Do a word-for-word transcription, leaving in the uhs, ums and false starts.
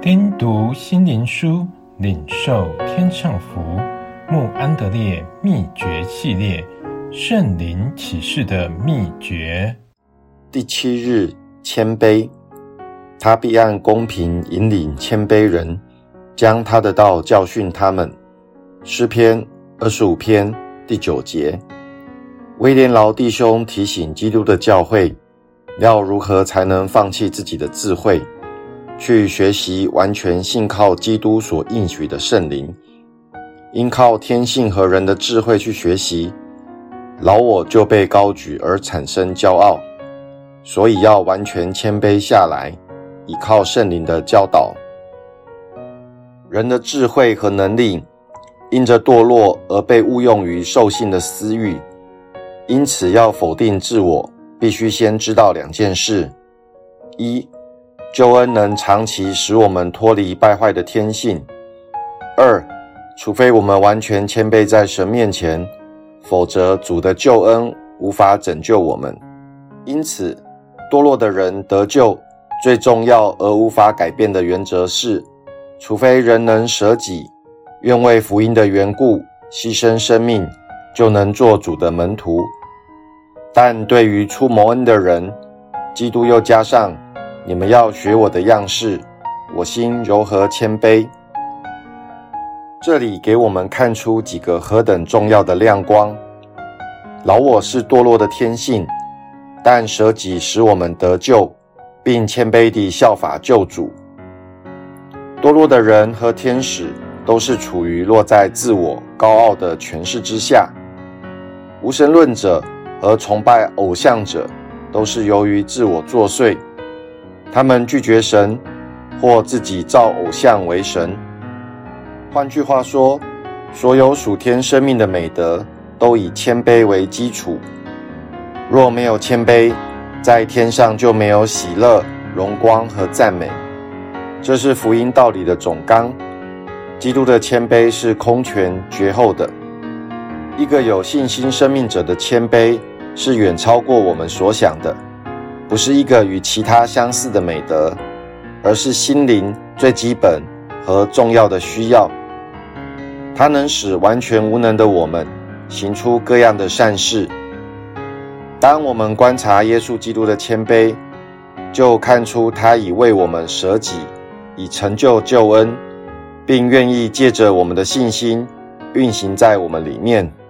听读心灵书，领受天上福。慕安德烈秘诀系列，圣灵启示的秘诀。 第七日，谦卑。他必按公平引领谦卑人，将他的道教训他们。诗篇二十五篇第九节。威廉劳弟兄提醒基督的教会，要如何才能放弃自己的智慧，去学习完全信靠基督所应许的圣灵。因靠天性和人的智慧去学习，老我就被高举而产生骄傲，所以要完全谦卑下来，倚靠圣灵的教导。人的智慧和能力因着堕落而被误用于兽性的私欲，因此要否定自我，必须先知道两件事：一、救恩能长期使我们脱离败坏的天性；二、除非我们完全谦卑在神面前，否则主的救恩无法拯救我们。因此，堕落的人得救最重要而无法改变的原则是，除非人能舍己，愿为福音的缘故牺牲生命，就能做主的门徒。但对于初蒙恩的人，基督又加上，你们要学我的样式，我心柔和谦卑。这里给我们看出几个何等重要的亮光。老我是堕落的天性，但舍己使我们得救，并谦卑地效法救主。堕落的人和天使都是处于落在自我高傲的权势之下。无神论者和崇拜偶像者都是由于自我作祟，他们拒绝神，或自己造偶像为神。换句话说，所有属天生命的美德都以谦卑为基础。若没有谦卑，在天上就没有喜乐、荣光和赞美。这是福音道理的总纲。基督的谦卑是空前绝后的。一个有信心生命者的谦卑是远超过我们所想的，不是一个与其他相似的美德，而是心灵最基本和重要的需要。它能使完全无能的我们行出各样的善事。当我们观察耶稣基督的谦卑，就看出他已为我们舍己，以成就救恩，并愿意借着我们的信心运行在我们里面。